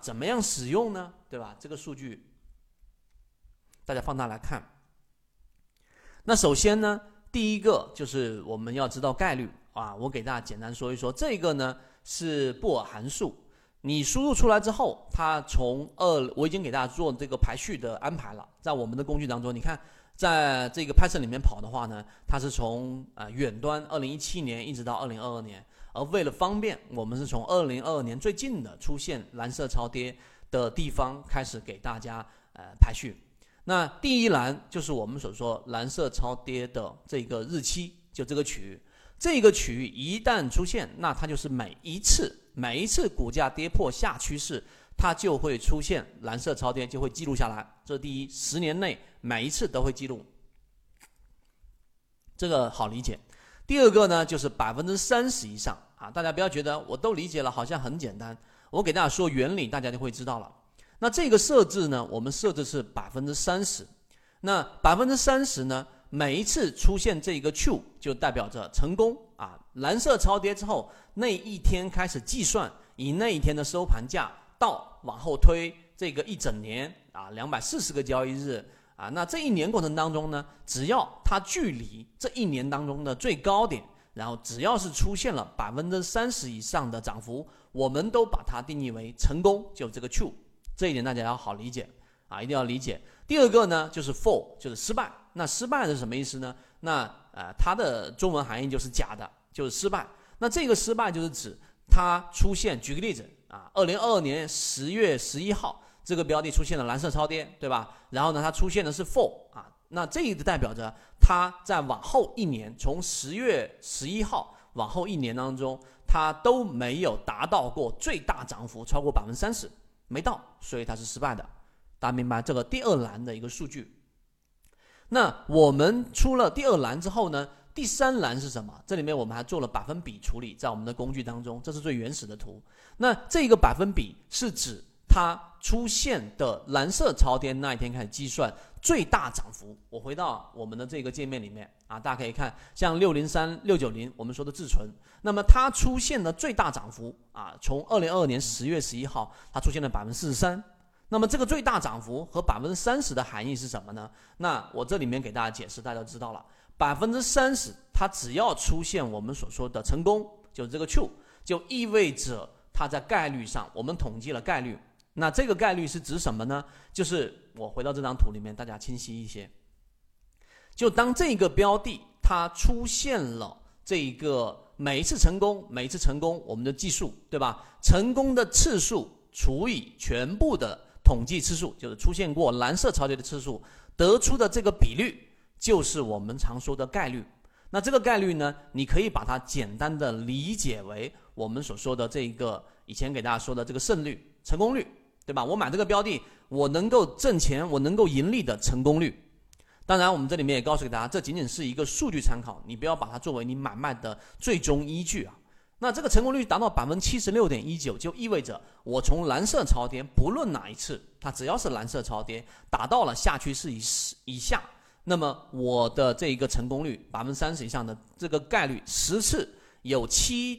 怎么样使用呢？对吧？这个数据大家放大来看。那首先呢，第一个就是我们要知道概率啊，我给大家简单说一说，这个呢是布尔函数。你输入出来之后，它我已经给大家做这个排序的安排了，在我们的工具当中，你看，在这个 Python 里面跑的话呢，它是从远端2017年一直到2022年，而为了方便，我们是从2022年最近的出现蓝色超跌的地方开始给大家排序。那第一栏就是我们所说蓝色超跌的这个日期，就这个区域。这个区域一旦出现，那它就是每一次股价跌破下趋势，它就会出现蓝色超跌，就会记录下来。这是第一，10年内每一次都会记录，这个好理解。第二个呢，就是30%以上啊，大家不要觉得我都理解了，好像很简单。我给大家说原理，大家就会知道了。那这个设置呢，我们设置是30%。那30%呢，每一次出现这个 true 就代表着成功啊。蓝色超跌之后，那一天开始计算，以那一天的收盘价到往后推这个一整年啊，240个交易日啊。那这一年过程当中呢，只要它距离这一年当中的最高点，然后只要是出现了30%以上的涨幅，我们都把它定义为成功，就这个 true。这一点大家要好理解啊，一定要理解。第二个呢，就是 fall， 就是失败。那失败是什么意思呢？那它的中文含义就是假的，就是失败。那这个失败就是指它出现，举个例子啊，2022年10月11号这个标的出现了蓝色超跌，对吧？然后呢，它出现的是 fall 啊，那这个代表着它在往后一年，从10月11号往后一年当中，它都没有达到过最大涨幅超过30%。没到，所以它是失败的。大家明白这个第二栏的一个数据。那我们出了第二栏之后呢，第三栏是什么？这里面我们还做了百分比处理，在我们的工具当中，这是最原始的图。那这个百分比是指它出现的蓝色超跌那一天开始计算最大涨幅。我回到我们的这个界面里面啊，大家可以看，像603、690，我们说的自存，那么它出现的最大涨幅啊，从2022年10月11号，它出现了43%。那么这个最大涨幅和30%的含义是什么呢？那我这里面给大家解释，大家就知道了。30%它只要出现我们所说的成功，就是这个 true， 就意味着它在概率上，我们统计了概率。那这个概率是指什么呢？就是我回到这张图里面，大家清晰一些。就当这个标的它出现了这个每一次成功，我们的计数，对吧？成功的次数除以全部的统计次数，就是出现过蓝色超跌的次数，得出的这个比率就是我们常说的概率。那这个概率呢，你可以把它简单的理解为我们所说的这个以前给大家说的这个胜率、成功率，对吧？我买这个标的，我能够挣钱，我能够盈利的成功率。当然我们这里面也告诉给大家，这仅仅是一个数据参考，你不要把它作为你买卖的最终依据啊。那这个成功率达到 76.19%， 就意味着我从蓝色超跌，不论哪一次，它只要是蓝色超跌达到了下趋势以下，那么我的这一个成功率 30% 以上的这个概率，10次有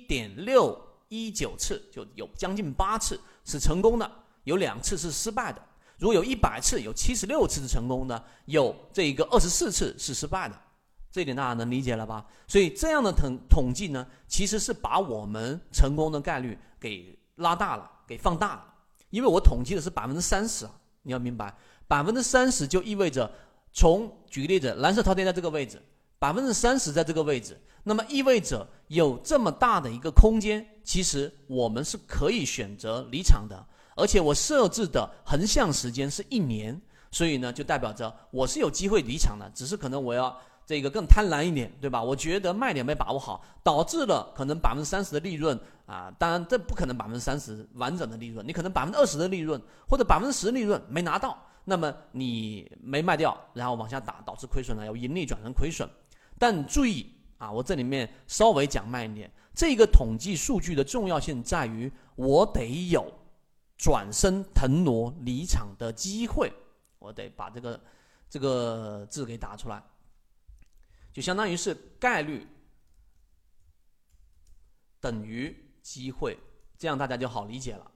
7.619 次，就有将近8次是成功的，有2次是失败的。如果有100次，有76次是成功的，有这个24次是失败的。这一点大家能理解了吧？所以这样的统计呢，其实是把我们成功的概率给拉大了，给放大了。因为我统计的是 30%， 你要明白 30% 就意味着举个例子，蓝色超跌在这个位置， 30% 在这个位置，那么意味着有这么大的一个空间，其实我们是可以选择离场的。而且我设置的横向时间是1年，所以呢，就代表着我是有机会离场的，只是可能我要这个更贪婪一点，对吧？我觉得卖点没把握好，导致了可能 30% 的利润啊，当然这不可能 30% 完整的利润，你可能 20% 的利润或者 10% 的利润没拿到，那么你没卖掉，然后往下打，导致亏损了，由盈利转成亏损。但注意啊，我这里面稍微讲慢一点，这个统计数据的重要性在于我得有转身腾挪离场的机会，我得把这个字给打出来，就相当于是概率等于机会，这样大家就好理解了。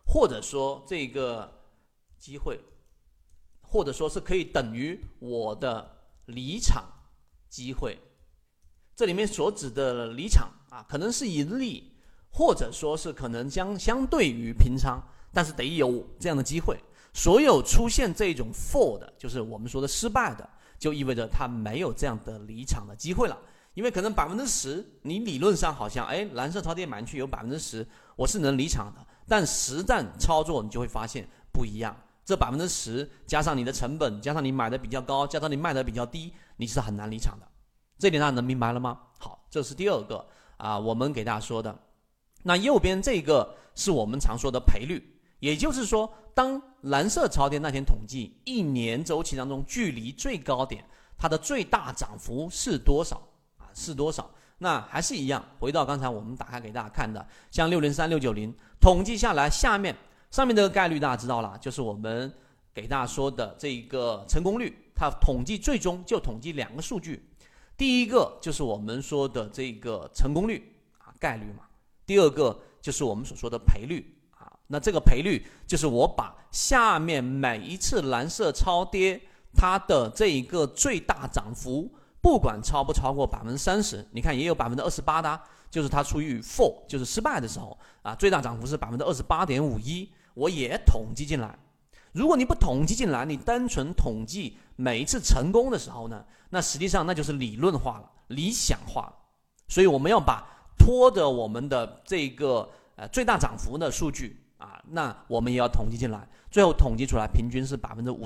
或者说这个机会，或者说是可以等于我的离场机会。这里面所指的离场可能是盈利，或者说是可能相对于平仓，但是得有这样的机会。所有出现这种 fall 的，就是我们说的失败的，就意味着它没有这样的离场的机会了。因为可能10%，你理论上好像蓝色超跌买进去有10%，我是能离场的，但实战操作你就会发现不一样。这10%加上你的成本，加上你买的比较高，加上你卖的比较低，你是很难离场的。这点大家能明白了吗？好，这是第二个我们给大家说的。那右边这个是我们常说的赔率，也就是说，当蓝色超跌那天统计一年周期当中距离最高点它的最大涨幅是多少是多少？那还是一样，回到刚才我们打开给大家看的，像603、690统计下来，上面这个概率大家知道了，就是我们给大家说的这个成功率，它统计最终就统计2个数据。第一个就是我们说的这个成功率概率嘛，第二个就是我们所说的赔率那这个赔率就是我把下面每一次蓝色超跌它的这一个最大涨幅，不管超不超过30%，你看也有28%的就是它处于 fall 就是失败的时候最大涨幅是28.51%，我也统计进来。如果你不统计进来，你单纯统计每一次成功的时候呢，那实际上那就是理论化了，理想化了。所以我们要把拖着我们的这个最大涨幅的数据那我们也要统计进来，最后统计出来平均是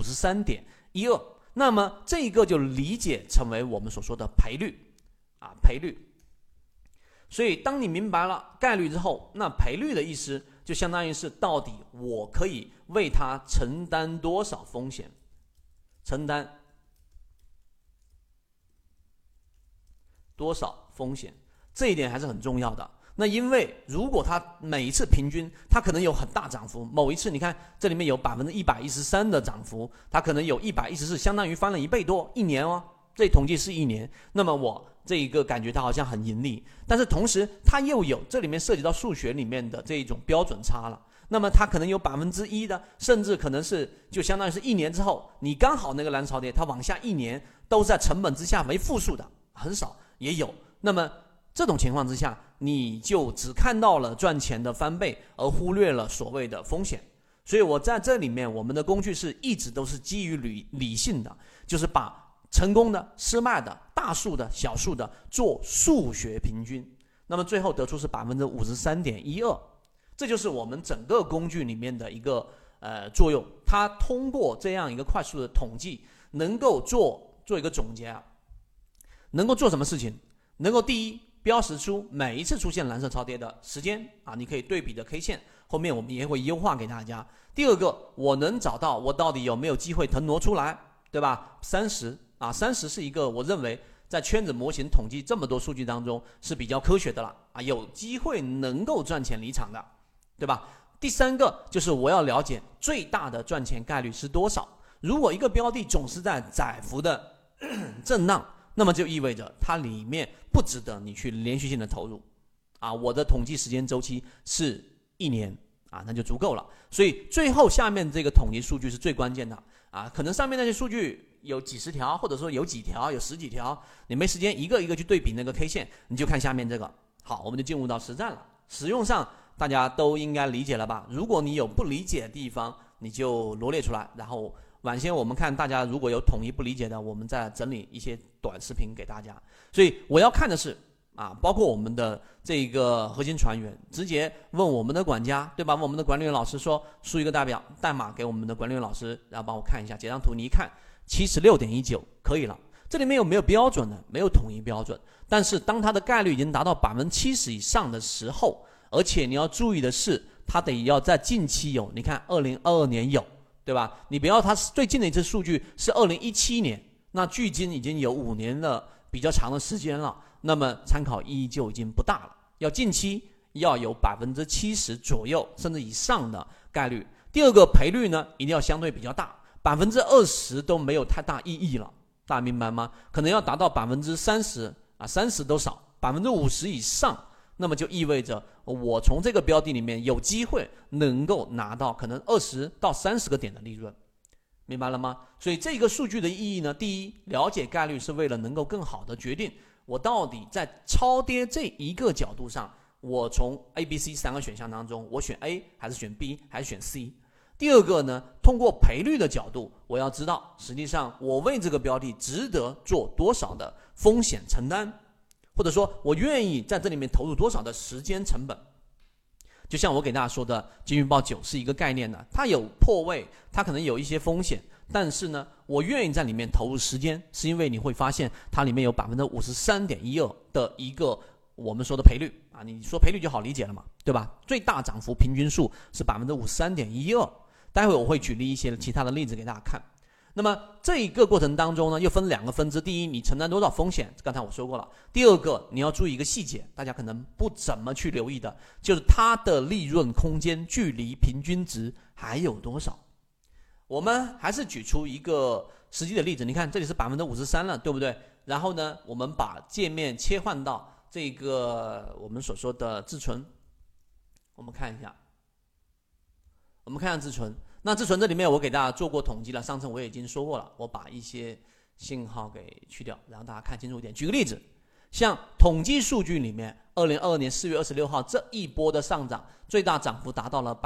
53.12%。那么这个就理解成为我们所说的赔率赔率。所以当你明白了概率之后，那赔率的意思就相当于是到底我可以为它承担多少风险，承担多少风险，这一点还是很重要的。那因为如果它每一次平均它可能有很大涨幅，某一次你看这里面有113%的涨幅，它可能有114%，相当于翻了1倍多，一年这统计是1年，那么我这一个感觉它好像很盈利，但是同时它又有这里面涉及到数学里面的这一种标准差了，那么它可能有1%的，甚至可能是就相当于是1年之后，你刚好那个蓝潮跌，它往下1年都在成本之下为负数的，很少也有。那么这种情况之下，你就只看到了赚钱的翻倍，而忽略了所谓的风险。所以我在这里面，我们的工具是一直都是基于理性的，就是把成功的、失败的、大数的、小数的做数学平均，那么最后得出是53.12%，这就是我们整个工具里面的一个作用。它通过这样一个快速的统计，能够做一个总结能够做什么事情？能够第一，标识出每一次出现蓝色超跌的时间你可以对比的 K 线，后面我们也会优化给大家。第二个，我能找到我到底有没有机会腾挪出来，对吧？30是一个我认为在圈子模型统计这么多数据当中是比较科学的了有机会能够赚钱离场的，对吧？第三个就是我要了解最大的赚钱概率是多少。如果一个标的总是在窄幅的震荡，那么就意味着它里面不值得你去连续性的投入我的统计时间周期是1年那就足够了。所以最后下面这个统计数据是最关键的可能上面那些数据有几十条，或者说有几条，有10几条，你没时间一个一个去对比那个 K 线，你就看下面这个。好，我们就进入到实战了。使用上大家都应该理解了吧？如果你有不理解的地方，你就罗列出来，然后晚些我们看大家如果有统一不理解的，我们再整理一些短视频给大家。所以我要看的是包括我们的这个核心船员直接问我们的管家，对吧？问我们的管理员老师说输一个代码给我们的管理员老师，然后帮我看一下这张图，你一看 76.19 可以了。这里面有没有标准呢？没有统一标准，但是当它的概率已经达到70%以上的时候，而且你要注意的是它得要在近期有，你看2022年有，对吧？你不要它最近的一次数据是2017年，那距今已经有5年了，比较长的时间了，那么参考意义就已经不大了。要近期要有70%左右甚至以上的概率。第二个赔率呢，一定要相对比较大，20%都没有太大意义了，大家明白吗？可能要达到30%，30都少，50%以上那么就意味着我从这个标的里面有机会能够拿到可能20到30个点的利润，明白了吗？所以这个数据的意义呢，第一，了解概率是为了能够更好的决定我到底在超跌这一个角度上，我从 A、B、C 3个选项当中，我选 A 还是选 B 还是选 C。第二个呢，通过赔率的角度，我要知道实际上我为这个标的值得做多少的风险承担，或者说我愿意在这里面投入多少的时间成本。就像我给大家说的金鱼报9是一个概念呢，它有破位，它可能有一些风险，但是呢，我愿意在里面投入时间，是因为你会发现它里面有 53.12% 的一个我们说的赔率啊，你说赔率就好理解了嘛，对吧？最大涨幅平均数是 53.12%。待会我会举例一些其他的例子给大家看。那么这一个过程当中呢，又分2个分支。第一，你承担多少风险，刚才我说过了。第二个，你要注意一个细节，大家可能不怎么去留意的，就是它的利润空间距离平均值还有多少。我们还是举出一个实际的例子，你看这里是 53% 了，对不对？然后呢，我们把界面切换到这个我们所说的自存，我们看一下自存。那自存这里面我给大家做过统计了，上次我也已经说过了，我把一些信号给去掉，让大家看清楚一点。举个例子，像统计数据里面2022年4月26号这一波的上涨，最大涨幅达到了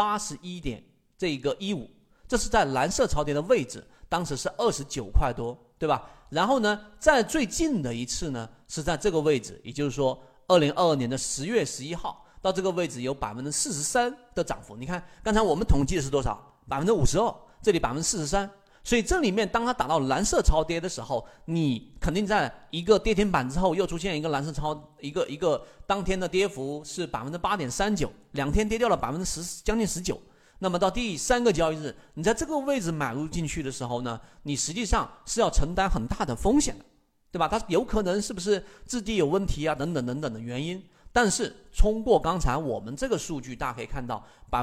81.15%，这是在蓝色超跌的位置，当时是29块多，对吧？然后呢，在最近的一次呢，是在这个位置，也就是说2022年的10月11号到这个位置有 43% 的涨幅。你看刚才我们统计的是多少？ 52%， 这里 43%。 所以这里面当它打到蓝色超跌的时候，你肯定在一个跌停板之后又出现一个蓝色超一个当天的跌幅是 8.39%， 2天跌掉了 10%， 将近 19%。那么到第3个交易日，你在这个位置买入进去的时候呢，你实际上是要承担很大的风险的，对吧？它有可能是不是质地有问题啊，等等等等的原因。但是通过刚才我们这个数据，大家可以看到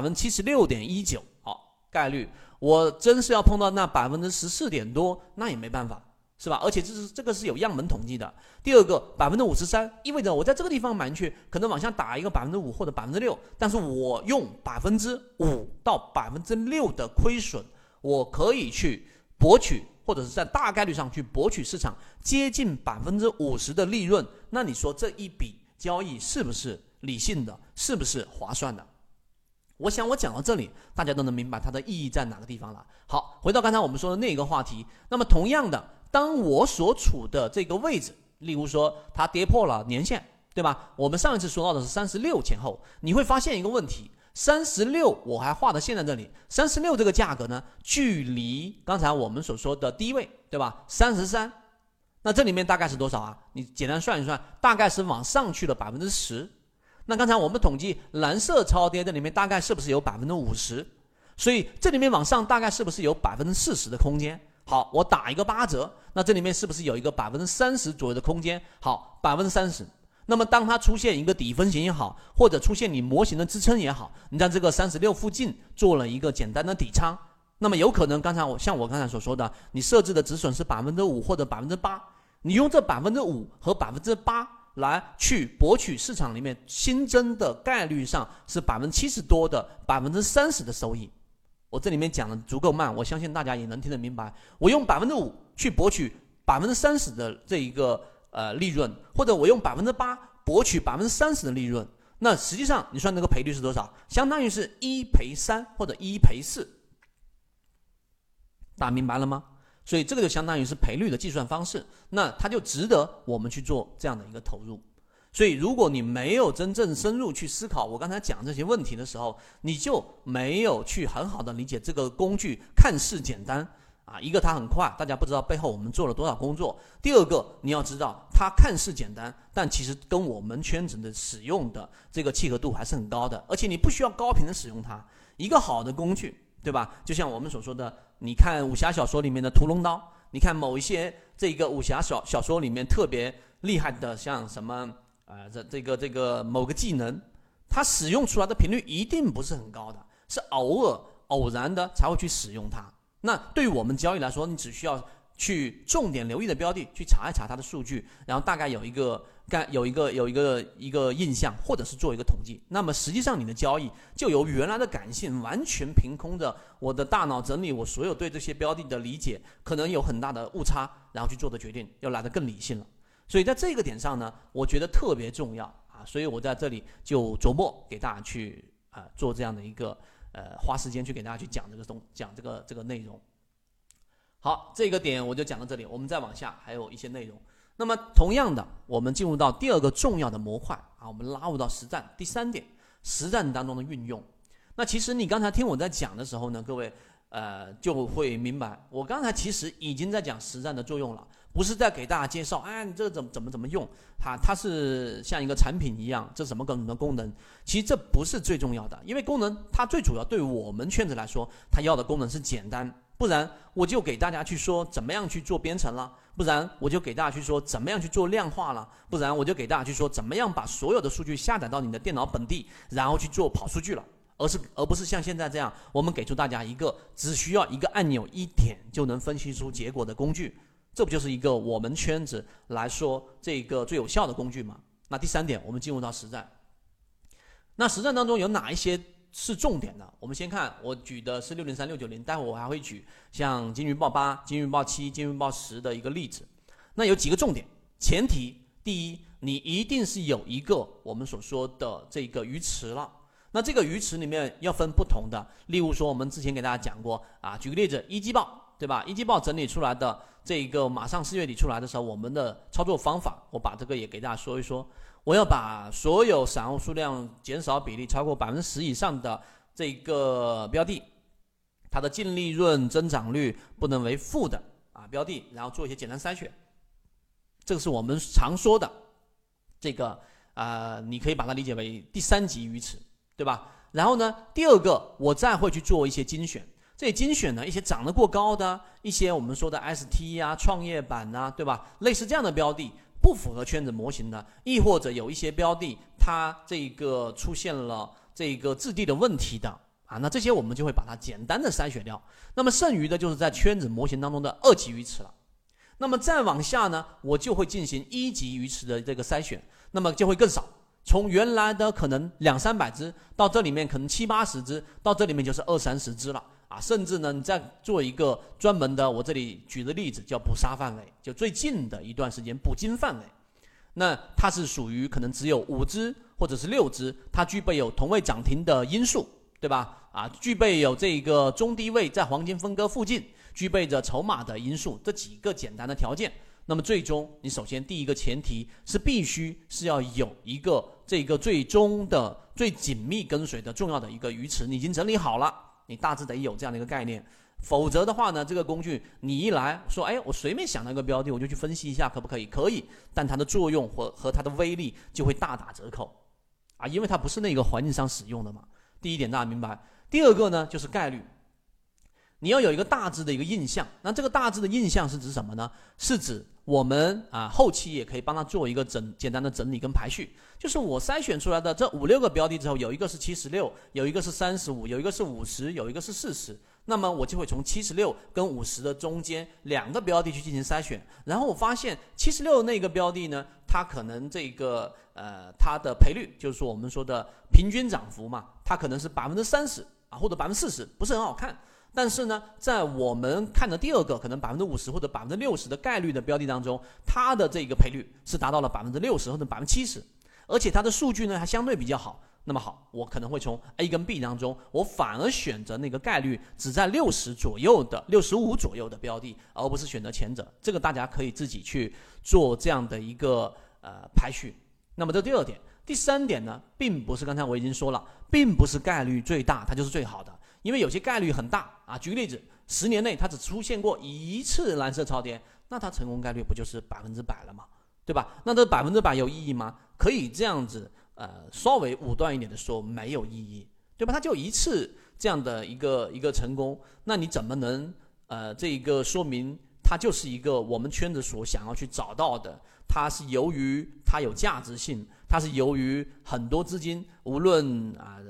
76.19%， 好，概率我真是要碰到那 14% 点多，那也没办法，是吧？而且这个是有样本统计的。第二个 53%， 意味着我在这个地方买进去，可能往下打一个 5% 或者 6%， 但是我用 5% 到 6% 的亏损，我可以去博取，或者是在大概率上去博取市场接近 50% 的利润。那你说这一笔交易是不是理性的，是不是划算的？我想我讲到这里，大家都能明白它的意义在哪个地方了。好，回到刚才我们说的那个话题，那么同样的，当我所处的这个位置，例如说它跌破了年线，对吧？我们上一次说到的是36前后，你会发现一个问题，36我还画到现在这里，36这个价格呢，距离刚才我们所说的低位，对吧？33，那这里面大概是多少啊？你简单算一算，大概是往上去了 10%。那刚才我们统计蓝色超跌，这里面大概是不是有 50%？ 所以这里面往上大概是不是有 40% 的空间？好，我打一个8折，那这里面是不是有一个 30% 左右的空间？好， 30%。那么当它出现一个底分型也好，或者出现你模型的支撑也好，你在这个36附近做了一个简单的底仓，那么有可能刚才像我刚才所说的，你设置的止损是 5% 或者 8%， 你用这 5% 和 8%来去博取市场里面新增的概率上是 70% 多的 30% 的收益。我这里面讲的足够慢，我相信大家也能听得明白。我用 5% 去博取 30% 的这一个利润，或者我用 8% 博取 30% 的利润，那实际上你算那个赔率是多少？相当于是1赔3或者1赔4。大家明白了吗？所以这个就相当于是赔率的计算方式，那它就值得我们去做这样的一个投入。所以如果你没有真正深入去思考我刚才讲这些问题的时候，你就没有去很好的理解这个工具看似简单啊，一个它很快，大家不知道背后我们做了多少工作。第二个，你要知道它看似简单，但其实跟我们圈子的使用的这个契合度还是很高的，而且你不需要高频的使用它。一个好的工具，对吧？就像我们所说的，你看武侠小说里面的屠龙刀，你看某一些这个武侠小说里面特别厉害的，像什么这个某个技能，它使用出来的频率一定不是很高的，是偶然的才会去使用它。那对于我们交易来说，你只需要去重点留意的标的去查一查它的数据，然后大概有一个印象，或者是做一个统计。那么实际上你的交易就由原来的感性完全凭空的我的大脑整理我所有对这些标的的理解，可能有很大的误差，然后去做的决定要来得更理性了。所以在这个点上呢，我觉得特别重要啊，所以我在这里就琢磨给大家去做这样的一个花时间去给大家去讲这个内容。好，这个点我就讲到这里，我们再往下还有一些内容。那么同样的，我们进入到第二个重要的模块啊，我们拉入到实战。第3点，实战当中的运用。那其实你刚才听我在讲的时候呢，各位就会明白，我刚才其实已经在讲实战的作用了，不是在给大家介绍，你这个怎么用，它是像一个产品一样，这什么功能？其实这不是最重要的，因为功能它最主要对我们圈子来说，它要的功能是简单，不然我就给大家去说怎么样去做编程了，不然我就给大家去说怎么样去做量化了，不然我就给大家去说怎么样把所有的数据下载到你的电脑本地，然后去做跑数据了。而不是像现在这样，我们给出大家一个只需要一个按钮一点就能分析出结果的工具，这不就是一个我们圈子来说这个最有效的工具吗？那第3点，我们进入到实战。那实战当中有哪一些是重点的？我们先看，我举的是603、690，待会我还会举像金鱼报8、金鱼报7、金鱼报10的一个例子。那有几个重点，前提第一，你一定是有一个我们所说的这个鱼池了。那这个鱼池里面要分不同的，例如说我们之前给大家讲过举个例子，一季报，对吧？一季报整理出来的这个马上4月底出来的时候，我们的操作方法，我把这个也给大家说一说。我要把所有散户数量减少比例超过10%以上的这个标的，它的净利润增长率不能为负的标的，然后做一些简单筛选。这个是我们常说的这个你可以把它理解为第3级鱼池，对吧？然后呢，第二个我再会去做一些精选，这些精选呢，一些涨得过高的，一些我们说的 ST 创业板对吧？类似这样的标的，不符合圈子模型的，亦或者有一些标的它这个出现了这个质地的问题的那这些我们就会把它简单的筛选掉。那么剩余的就是在圈子模型当中的2级鱼池了。那么再往下呢，我就会进行1级鱼池的这个筛选，那么就会更少。从原来的可能200-300只，到这里面可能70-80只，到这里面就是20-30只了甚至呢，你再做一个专门的，我这里举的例子叫捕杀范围，就最近的一段时间捕鲸范围。那它是属于可能只有5只或者是6只，它具备有同位涨停的因素，对吧？具备有这个中低位在黄金分割附近，具备着筹码的因素，这几个简单的条件。那么最终你首先第一个前提是必须是要有一个这个最终的最紧密跟随的重要的一个鱼池，你已经整理好了，你大致得有这样的一个概念。否则的话呢，这个工具你一来说我随便想到一个标的我就去分析一下可不可以，可以，但它的作用和它的威力就会大打折扣因为它不是那个环境上使用的嘛。第一点大家明白。第二个呢就是概率，你要有一个大致的一个印象。那这个大致的印象是指什么呢？是指我们后期也可以帮他做一个简单的整理跟排序，就是我筛选出来的这5-6个标的之后，有一个是76，有一个是35，有一个是50，有一个是40，那么我就会从76跟50的中间2个标的去进行筛选，然后我发现76那个标的呢，它可能这个它的赔率，就是说我们说的平均涨幅嘛，它可能是30%或者40%，不是很好看。但是呢，在我们看的第二个可能50%或者60%的概率的标的当中，它的这个赔率是达到了60%或者70%，而且它的数据呢还相对比较好。那么好，我可能会从 A 跟 B 当中，我反而选择那个概率只在60左右的、65左右的标的，而不是选择前者。这个大家可以自己去做这样的一个排序。那么这第二点。第3点呢，并不是刚才我已经说了，并不是概率最大它就是最好的，因为有些概率很大举个例子，10年内它只出现过1次蓝色超跌，那它成功概率不就是100%了吗？对吧？那这100%有意义吗？可以这样子稍微武断一点的说，没有意义，对吧？它就1次这样的一个成功，那你怎么能这个说明它就是一个我们圈子所想要去找到的？它是由于它有价值性，它是由于很多资金无论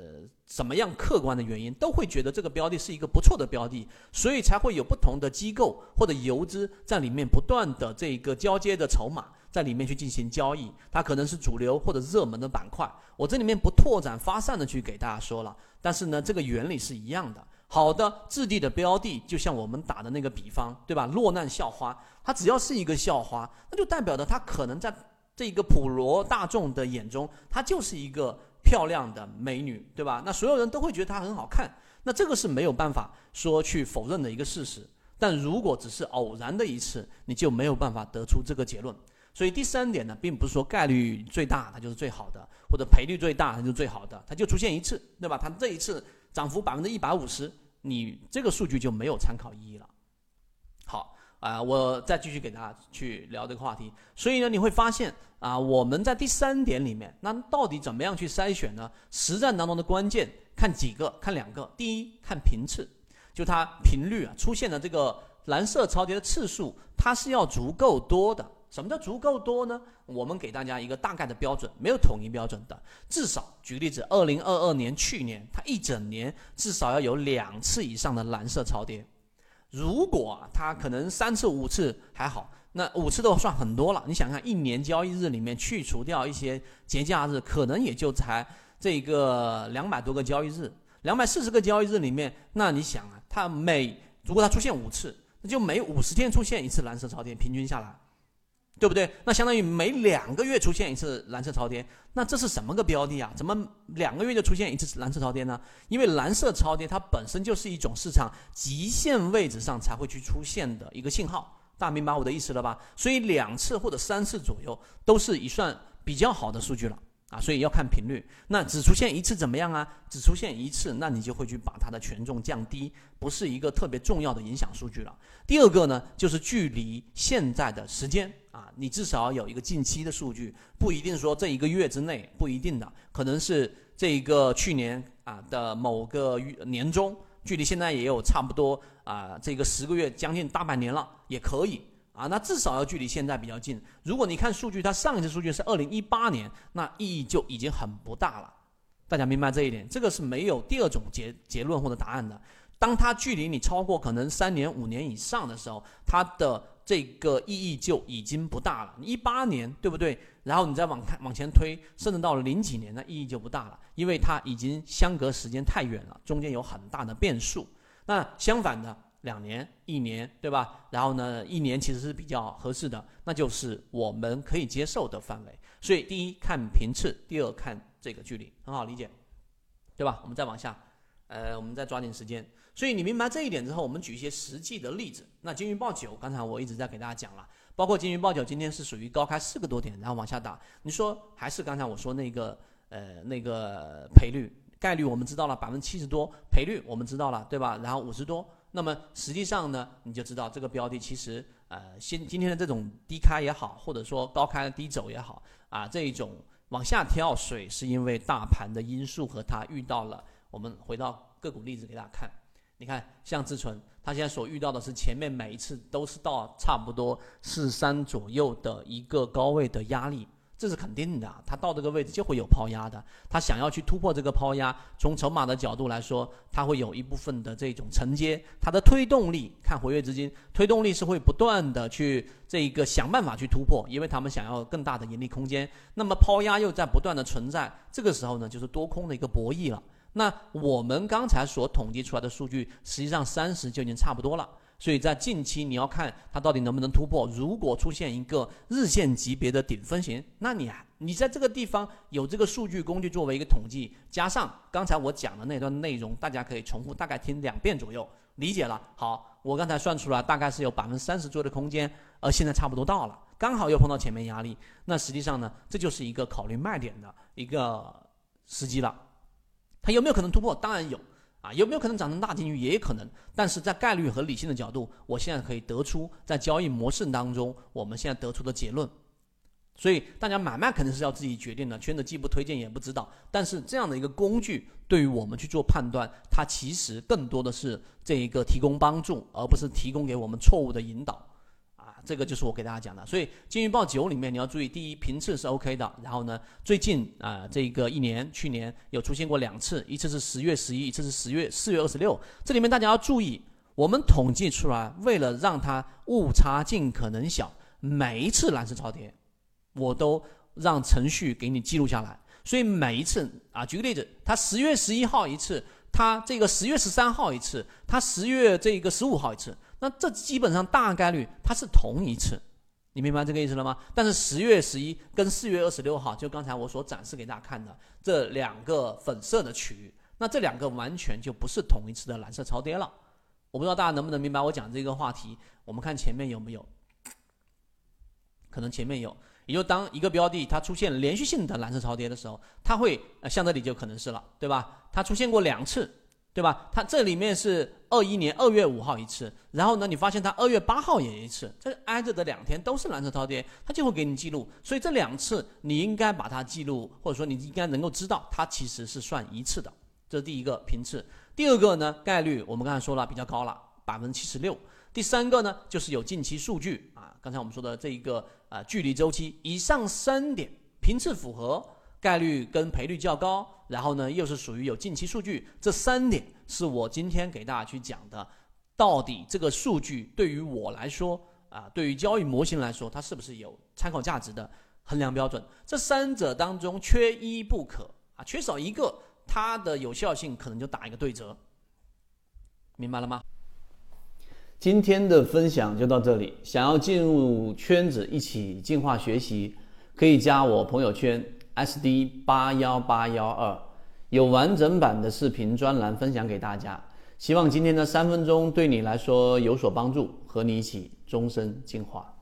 怎么样客观的原因，都会觉得这个标的是一个不错的标的，所以才会有不同的机构或者游资在里面不断的这个交接的筹码在里面去进行交易，它可能是主流或者热门的板块，我这里面不拓展发散的去给大家说了，但是呢，这个原理是一样的。好的质地的标的，就像我们打的那个比方，对吧？落难校花，它只要是一个校花，那就代表着它可能在这个普罗大众的眼中，它就是一个漂亮的美女，对吧？那所有人都会觉得她很好看，那这个是没有办法说去否认的一个事实。但如果只是偶然的一次，你就没有办法得出这个结论。所以第三点呢，并不是说概率最大它就是最好的，或者赔率最大它就是最好的，它就出现一次，对吧？它这一次涨幅150%，你这个数据就没有参考意义了。好我再继续给大家去聊这个话题。所以呢，你会发现我们在第三点里面，那到底怎么样去筛选呢？实战当中的关键看几个，看两个。第一，看频次，就它频率出现的这个蓝色超跌的次数，它是要足够多的。什么叫足够多呢？我们给大家一个大概的标准，没有统一标准的，至少举个例子，2022年去年它一整年至少要有2次以上的蓝色超跌。如果它可能3次5次还好，那5次都算很多了。你想看一年交易日里面去除掉一些节假日，可能也就才这个200多个交易日，240个交易日里面，那你想如果它出现5次，那就每50天出现一次蓝色超跌，平均下来，对不对？那相当于每2个月出现一次蓝色超跌，那这是什么个标的啊？怎么2个月就出现一次蓝色超跌呢？因为蓝色超跌它本身就是一种市场极限位置上才会去出现的一个信号，大家明白我的意思了吧？所以2次或者3次左右都是一算比较好的数据了所以要看频率。那只出现一次怎么样啊？只出现一次，那你就会去把它的权重降低，不是一个特别重要的影响数据了。第二个呢，就是距离现在的时间你至少要有一个近期的数据，不一定说这1个月之内，不一定的，可能是这个去年的某个年中，距离现在也有差不多这个10个月，将近大半年了，也可以那至少要距离现在比较近。如果你看数据，它上一次数据是2018年，那意义就已经很不大了。大家明白这一点，这个是没有第二种结论或者答案的。当它距离你超过可能3年5年以上的时候，它的这个意义就已经不大了。你18年对不对？然后你再往前推，甚至到了0几年，那意义就不大了，因为它已经相隔时间太远了，中间有很大的变数。那相反的2年1年，对吧？然后呢1年其实是比较合适的，那就是我们可以接受的范围。所以第一看频次，第二看这个距离，很好理解，对吧？我们再往下我们再抓紧时间。所以你明白这一点之后，我们举一些实际的例子。那金鱼报9刚才我一直在给大家讲了，包括金鱼报9今天是属于高开4个多点，然后往下打。你说还是刚才我说那个赔率概率我们知道了70%多，赔率我们知道了，对吧？然后50多，那么实际上呢，你就知道这个标的其实今天的这种低开也好，或者说高开的低走也好这一种往下跳水，是因为大盘的因素和它遇到了。我们回到个股例子给大家看，你看像智纯，它现在所遇到的是前面每一次都是到差不多43左右的一个高位的压力，这是肯定的，它到这个位置就会有抛压的，它想要去突破这个抛压，从筹码的角度来说，它会有一部分的这种承接，它的推动力，看活跃资金推动力是会不断的去这个想办法去突破，因为他们想要更大的盈利空间，那么抛压又在不断的存在，这个时候呢就是多空的一个博弈了。那我们刚才所统计出来的数据，实际上30就已经差不多了。所以在近期你要看它到底能不能突破，如果出现一个日线级别的顶分型，那你在这个地方有这个数据工具作为一个统计，加上刚才我讲的那段内容，大家可以重复大概听2遍左右，理解了。好，我刚才算出来大概是有30%左右的空间，而现在差不多到了，刚好又碰到前面压力，那实际上呢，这就是一个考虑卖点的一个时机了。它有没有可能突破？当然有有没有可能涨成大金鱼？也有可能。但是在概率和理性的角度，我现在可以得出在交易模式当中我们现在得出的结论。所以大家买卖肯定是要自己决定的，圈子既不推荐也不指导，但是这样的一个工具对于我们去做判断，它其实更多的是这一个提供帮助，而不是提供给我们错误的引导这个就是我给大家讲的。所以金鱼报9里面你要注意，第一频次是 OK 的，然后呢最近这个一年去年有出现过2次，一次是10月11，一次是4月26，这里面大家要注意，我们统计出来，为了让它误差尽可能小，每一次蓝色超跌我都让程序给你记录下来。所以每一次举个例子，它10月11号一次，它这个10月13号一次，它10月这个15号一次，那这基本上大概率它是同一次，你明白这个意思了吗？但是10月11跟4月26号，就刚才我所展示给大家看的这2个粉色的区域，那这2个完全就不是同一次的蓝色超跌了。我不知道大家能不能明白我讲这个话题。我们看前面有没有，可能前面有，也就当一个标的它出现连续性的蓝色超跌的时候，它会像这里就可能是了，对吧？它出现过2次，对吧？它这里面是21年2月5号一次，然后呢你发现它2月8号也一次，这挨着的2天都是蓝色超跌，它就会给你记录。所以这2次你应该把它记录，或者说你应该能够知道它其实是算一次的，这是第一个频次。第二个呢，概率我们刚才说了比较高了，76%。第3个呢，就是有近期数据刚才我们说的这一个距离周期以上3点，频次符合，概率跟赔率较高，然后呢又是属于有近期数据，这3点是我今天给大家去讲的，到底这个数据对于我来说对于交易模型来说，它是不是有参考价值的衡量标准？这3者当中缺一不可缺少一个，它的有效性可能就打一个对折，明白了吗？今天的分享就到这里，想要进入圈子一起进化学习，可以加我朋友圈 SD81812，有完整版的视频专栏分享给大家。希望今天的3分钟对你来说有所帮助，和你一起终身进化。